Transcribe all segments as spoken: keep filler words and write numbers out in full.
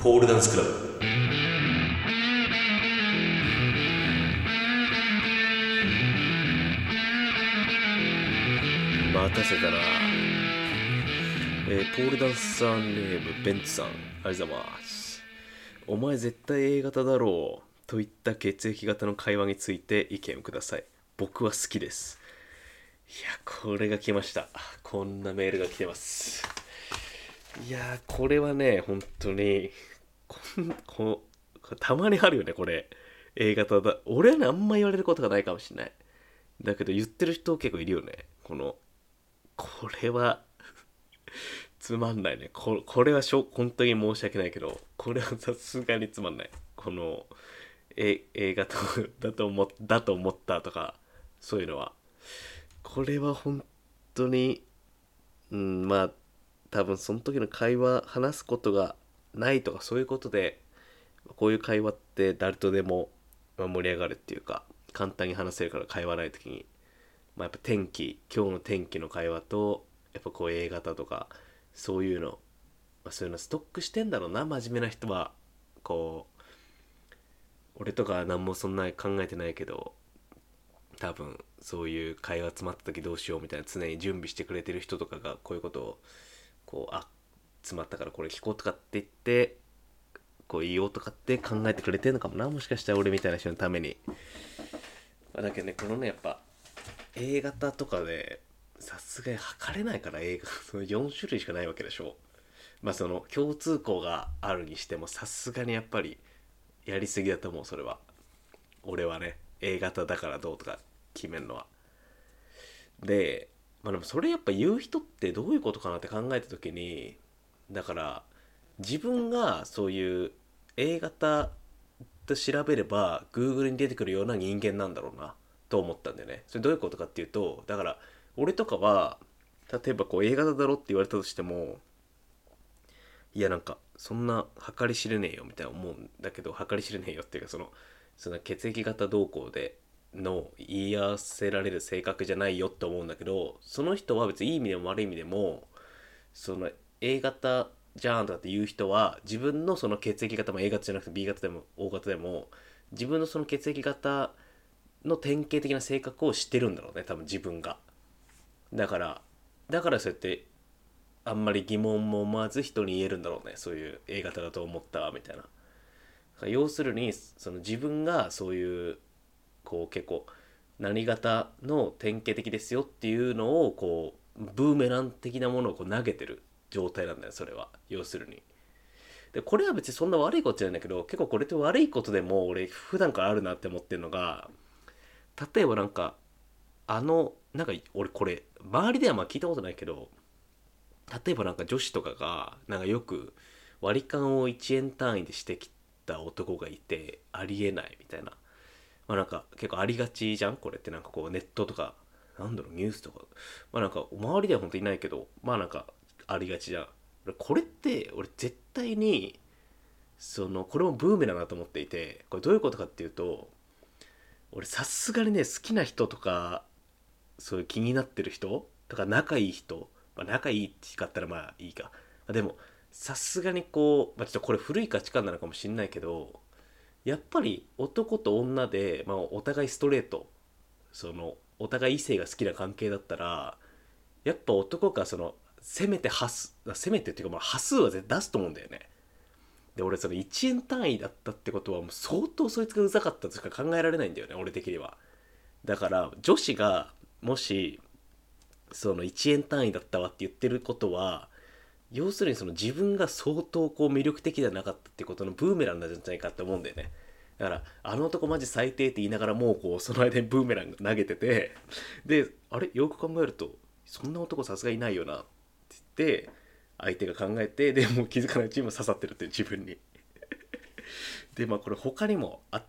ポールダンスクラブ。待たせたな。えー、ポールダンサーネームベンツさん、ありがとうございます。お前絶対 A 型だろうといった血液型の会話について意見をください。僕は好きです。いや、これが来ました。こんなメールが来てます。いやー、これはね、本当にこんこたまにあるよね、これ。A 型だ。俺はね、あんま言われることがないかもしれない。だけど言ってる人結構いるよね。この、これはつまんないね。ここれはしょ本当に申し訳ないけど、これはさすがにつまんない。この、え映画とだと思だと思ったとか、そういうのは。これは本当に、うん、まあ、多分その時の会話、話すことがないとかそういうことで、こういう会話って誰とでもまあ盛り上がるっていうか、簡単に話せるから会話ない時に、まあ、やっぱ天気、今日の天気の会話と、やっぱこう A 型とか、そういうの、まあ、そういうのストックしてんだろうな、真面目な人は。こう、俺とかは何もそんな考えてないけど、多分そういう会話詰まった時どうしようみたいな常に準備してくれてる人とかがこういうことを、こう、あ、詰まったからこれ聞こうとかって言って、こう言おうとかって考えてくれてるのかもな、もしかしたら俺みたいな人のために。まあだけどね、このね、やっぱ A 型とかでさすがに測れないから、 A 型そのよん種類しかないわけでしょ。まあその共通項があるにしてもさすがにやっぱりやりすぎだと思う、それは。俺はね、 A 型だからどうとか決めるのは。で、まあでもそれやっぱ言う人ってどういうことかなって考えた時に、だから自分がそういう A 型と調べれば Google に出てくるような人間なんだろうなと思ったんだよね。それどういうことかっていうと、だから俺とかは例えばこう A 型だろって言われたとしても、いやなんかそんな計り知れねえよみたいな思うんだけど、計り知れねえよっていうか、そのその血液型動向での言い合わせられる性格じゃないよって思うんだけど、その人は別にいい意味でも悪い意味でも、その A 型じゃんとかっていう人は自分のその血液型も A 型じゃなくて B 型でも O 型でも自分のその血液型の典型的な性格を知ってるんだろうね、多分自分が。だからだからそうやってあんまり疑問も思わず人に言えるんだろうね、そういう A 型だと思ったみたいな。要するにその自分がそういうこう結構何型の典型的ですよっていうのをこうブーメラン的なものをこう投げてる状態なんだよ、それは。要するに。でこれは別にそんな悪いことじゃないんだけど、結構これって悪いことでも俺普段からあるなって思ってるのが、例えばなんかあのなんか俺これ周りではまあ聞いたことないけど、例えばなんか女子とかがなんかよく割り勘をいちえん単位でしてきた男がいてありえないみたいな、まあなんか結構ありがちじゃんこれって。なんかこうネットとか、なんだろう、ニュースとか、まあなんか周りでは本当にいないけど、まあなんかありがちじゃん。これって俺絶対にそのこれもブーメランだと思っていて、これどういうことかっていうと、俺さすがにね、好きな人とかそういう気になってる人とか仲いい人、まあ、仲いいって言ったらまあいいか、まあ、でもさすがにこう、まあ、ちょっとこれ古い価値観なのかもしんないけど、やっぱり男と女で、まあ、お互いストレート、そのお互い異性が好きな関係だったら、やっぱ男がそのせめて端数、せめてっていうかまあ端数は絶対出すと思うんだよね。で俺そのいちえん単位だったってことはもう相当そいつがうざかったとしか考えられないんだよね、俺的には。だから女子がもしそのいちえん単位だったわって言ってることは、要するにその自分が相当こう魅力的ではなかったってことのブーメランなんじゃないかって思うんだよね。だからあの男マジ最低って言いながらもうこうその間にブーメラン投げてて、であれよく考えるとそんな男さすがいないよなって言って相手が考えて、でも気づかないうちにも刺さってるっていう自分に。でまあこれ他にもあって、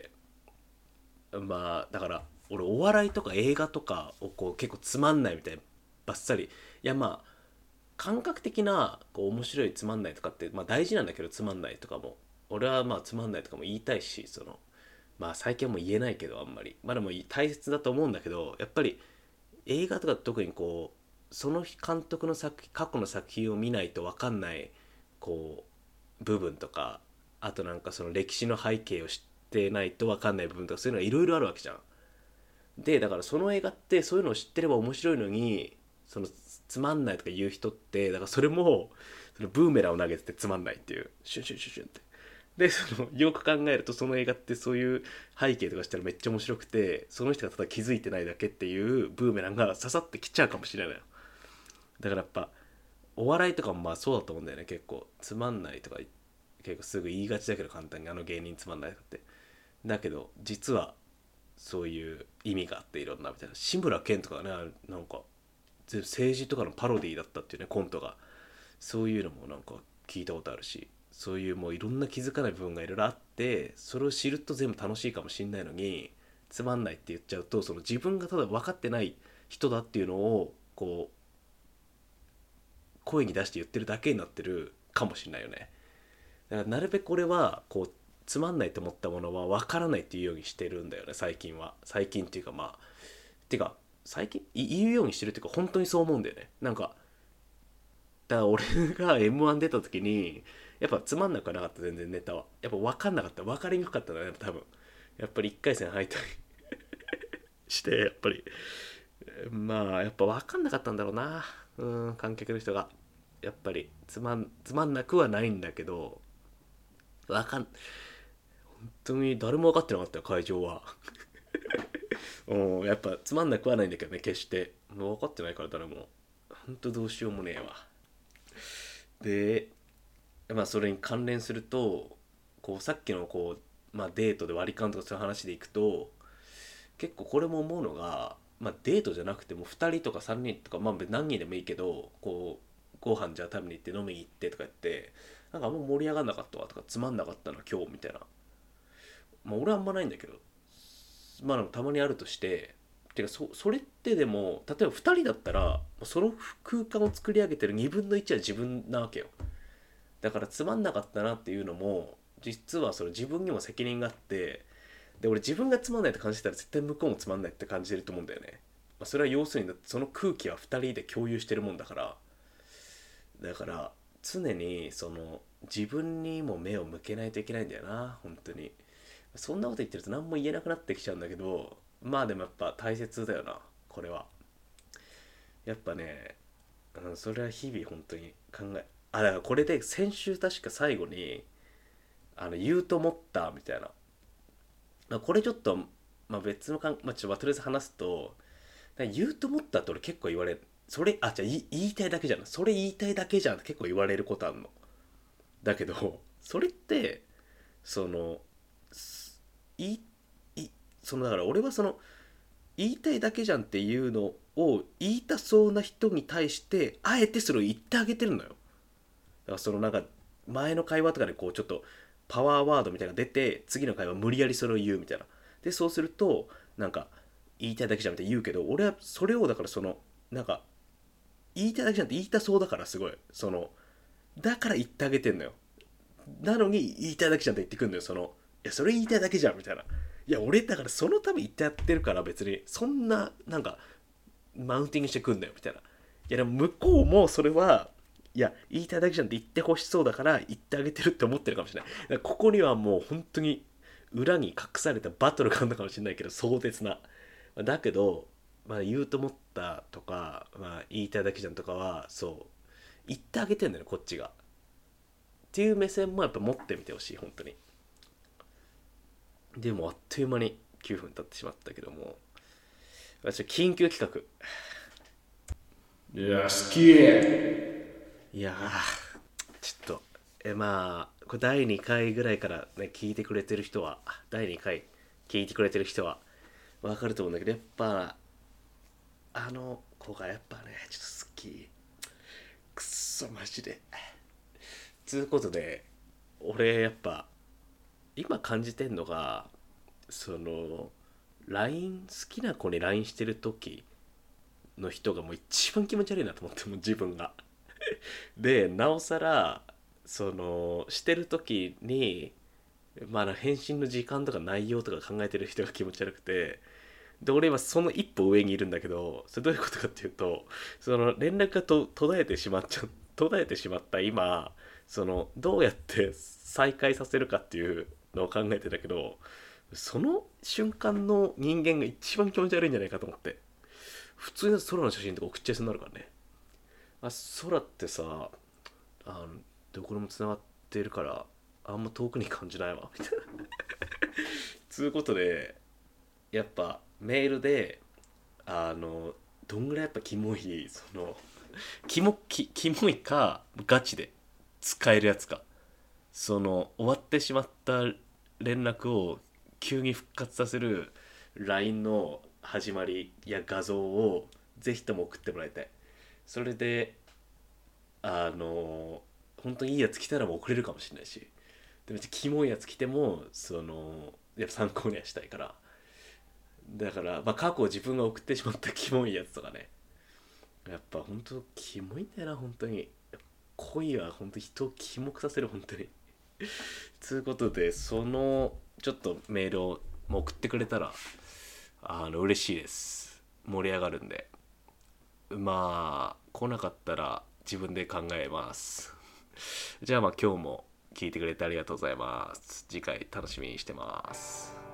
まあだから俺お笑いとか映画とかをこう結構つまんないみたいな、バッサリ、いやまあ感覚的なこう面白いつまんないとかってまあ大事なんだけど、つまんないとかも俺はまあつまんないとかも言いたいし、そのまあ最近はもう言えないけど、あんまりまあでも大切だと思うんだけど、やっぱり映画とか特にこうその監督の作品過去の作品を見ないと分かんないこう部分とか、あとなんかその歴史の背景を知ってないと分かんない部分とか、そういうのがいろいろあるわけじゃん。でだからその映画ってそういうのを知ってれば面白いのに、そのつまんないとか言う人って、だからそれもそのブーメランを投げててつまんないっていう、シュンシュンシュンシュンって。でそのよく考えると、その映画ってそういう背景とかしたらめっちゃ面白くて、その人がただ気づいてないだけっていうブーメランが刺さってきちゃうかもしれないのよ。だからやっぱお笑いとかもまあそうだと思うんだよね。結構つまんないとか結構すぐ言いがちだけど、簡単にあの芸人つまんないとかって。だけど実はそういう意味があって、いろんなみたいな。志村けんとかね、なんか全部政治とかのパロディだったっていうね、コントが。そういうのもなんか聞いたことあるし、そういうもういろんな気づかない部分がいろいろあって、それを知ると全部楽しいかもしんないのに、つまんないって言っちゃうと、その自分がただ分かってない人だっていうのをこう声に出して言ってるだけになってるかもしんないよね。だからなるべく俺はこうつまんないと思ったものは分からないっていうようにしてるんだよね、最近は。最近っていうかまあてか最近言うようにしてるっていうか、本当にそう思うんだよね。なんかだから俺が エムワン 出た時にやっぱつまんなくはなかった。全然ネタはやっぱ分かんなかった、分かりにくかったんだね多分。やっぱりいっかい戦敗退してやっぱりまあやっぱ分かんなかったんだろうな。うん、観客の人がやっぱりつまんつまんなくはないんだけど、分かん本当に誰も分かってなかったよ会場は。うん、やっぱつまんなくはないんだけどね、決してもう分かってないから誰も。本当どうしようもねえわ。でまあそれに関連すると、こうさっきのこう、まあ、デートで割り勘とかそういう話でいくと、結構これも思うのが、まあ、デートじゃなくてもふたりとかさんにんとか、まあ、何人でもいいけど、こうご飯じゃあ食べに行って飲みに行ってとか言って、なんかあんま盛り上がんなかったわとか、つまんなかったな今日みたいな、まあ俺はあんまないんだけど、まあたまにあるとして、てかそそれってでも例えばふたりだったらその空間を作り上げてるにぶんのいちは自分なわけよ。だからつまんなかったなっていうのも実はその自分にも責任があって、で俺自分がつまんないと感じたら絶対向こうもつまんないって感じてると思うんだよね。まあ、それは要するにその空気はふたりで共有してるもんだから。だから常にその自分にも目を向けないといけないんだよな本当に。そんなこと言ってると何も言えなくなってきちゃうんだけど、まあでもやっぱ大切だよなこれは。やっぱね、うん、それは日々本当に考え、あだからこれで先週確か最後にあの言うと思ったみたいな、まあこれちょっと、まあ、別のかん、まあ、ちょっととりあえず話すと、言うと思ったって俺結構言われる。それあじゃあ言い言いたいだけじゃん、それ言いたいだけじゃんって結構言われることあるの。だけどそれってそのいいそのだから俺はその言いたいだけじゃんっていうのを言いたそうな人に対してあえてそれを言ってあげてるのよ。だからそのなんか前の会話とかでこうちょっとパワーワードみたいなのが出て、次の会話無理やりそれを言うみたいな。でそうするとなんか言いたいだけじゃんって言うけど、俺はそれをだからそのなんか言いたいだけじゃんって言いたそうだから、すごいそのだから言ってあげてんのよ。なのに言いたいだけじゃんって言ってくんのよ。そのいやそれ言いたいだけじゃんみたいな。いや俺だからそのために言ってやってるから、別にそんななんかマウンティングしてくんだよみたいな。いやでも向こうもそれはいや言いたいだけじゃんって言ってほしそうだから言ってあげてるって思ってるかもしれない。だからここにはもう本当に裏に隠されたバトルがあるのかもしれないけど、壮絶な。だけど、まあ、言うと思ったとか、まあ、言いたいだけじゃんとかはそう言ってあげてんだよねこっちが。っていう目線もやっぱ持ってみてほしい本当に。でもあっという間にきゅうふん経ってしまったけども、私緊急企画。 いや、好き。 いやーちょっとえまあこれだいにかいぐらいからね聞いてくれてる人は、だいにかい聞いてくれてる人はわかると思うんだけど、やっぱあの子がやっぱねちょっと好き。くっそマジで。つうことで俺やっぱ今感じてんのが、その ライン 好きな子に ライン してる時の人がもう一番気持ち悪いなと思って、もう自分が。でなおさらそのしてる時にまあ返信の時間とか内容とか考えてる人が気持ち悪くて、で俺はその一歩上にいるんだけど、それどういうことかっていうと、その連絡がと途絶えてしまっちゃ途絶えてしまった今、 そのどうやって再会させるかっていうのを考えてたけど、その瞬間の人間が一番気持ち悪いんじゃないかと思って。普通の空の写真とか送っちゃいそうになるからね。あ、空ってさ、あのどこでもつながってるからあんま遠くに感じないわみたいなつうことで、やっぱメールであのどんぐらいやっぱキモい、そのキモキキモいかガチで使えるやつか、その終わってしまった連絡を急に復活させる ライン の始まりや画像をぜひとも送ってもらいたい。それであの本当にいいやつ来たらもう送れるかもしれないし、でめっちゃキモいやつ来てもそのやっぱ参考にはしたいから。だからまあ過去自分が送ってしまったキモいやつとかね、やっぱ本当キモいんだよな本当に。恋は本当人をキモくさせる本当につうことで、そのちょっとメールを送ってくれたらあの嬉しいです。盛り上がるんで。まあ来なかったら自分で考えますじゃあまあ今日も聞いてくれてありがとうございます。次回楽しみにしてます。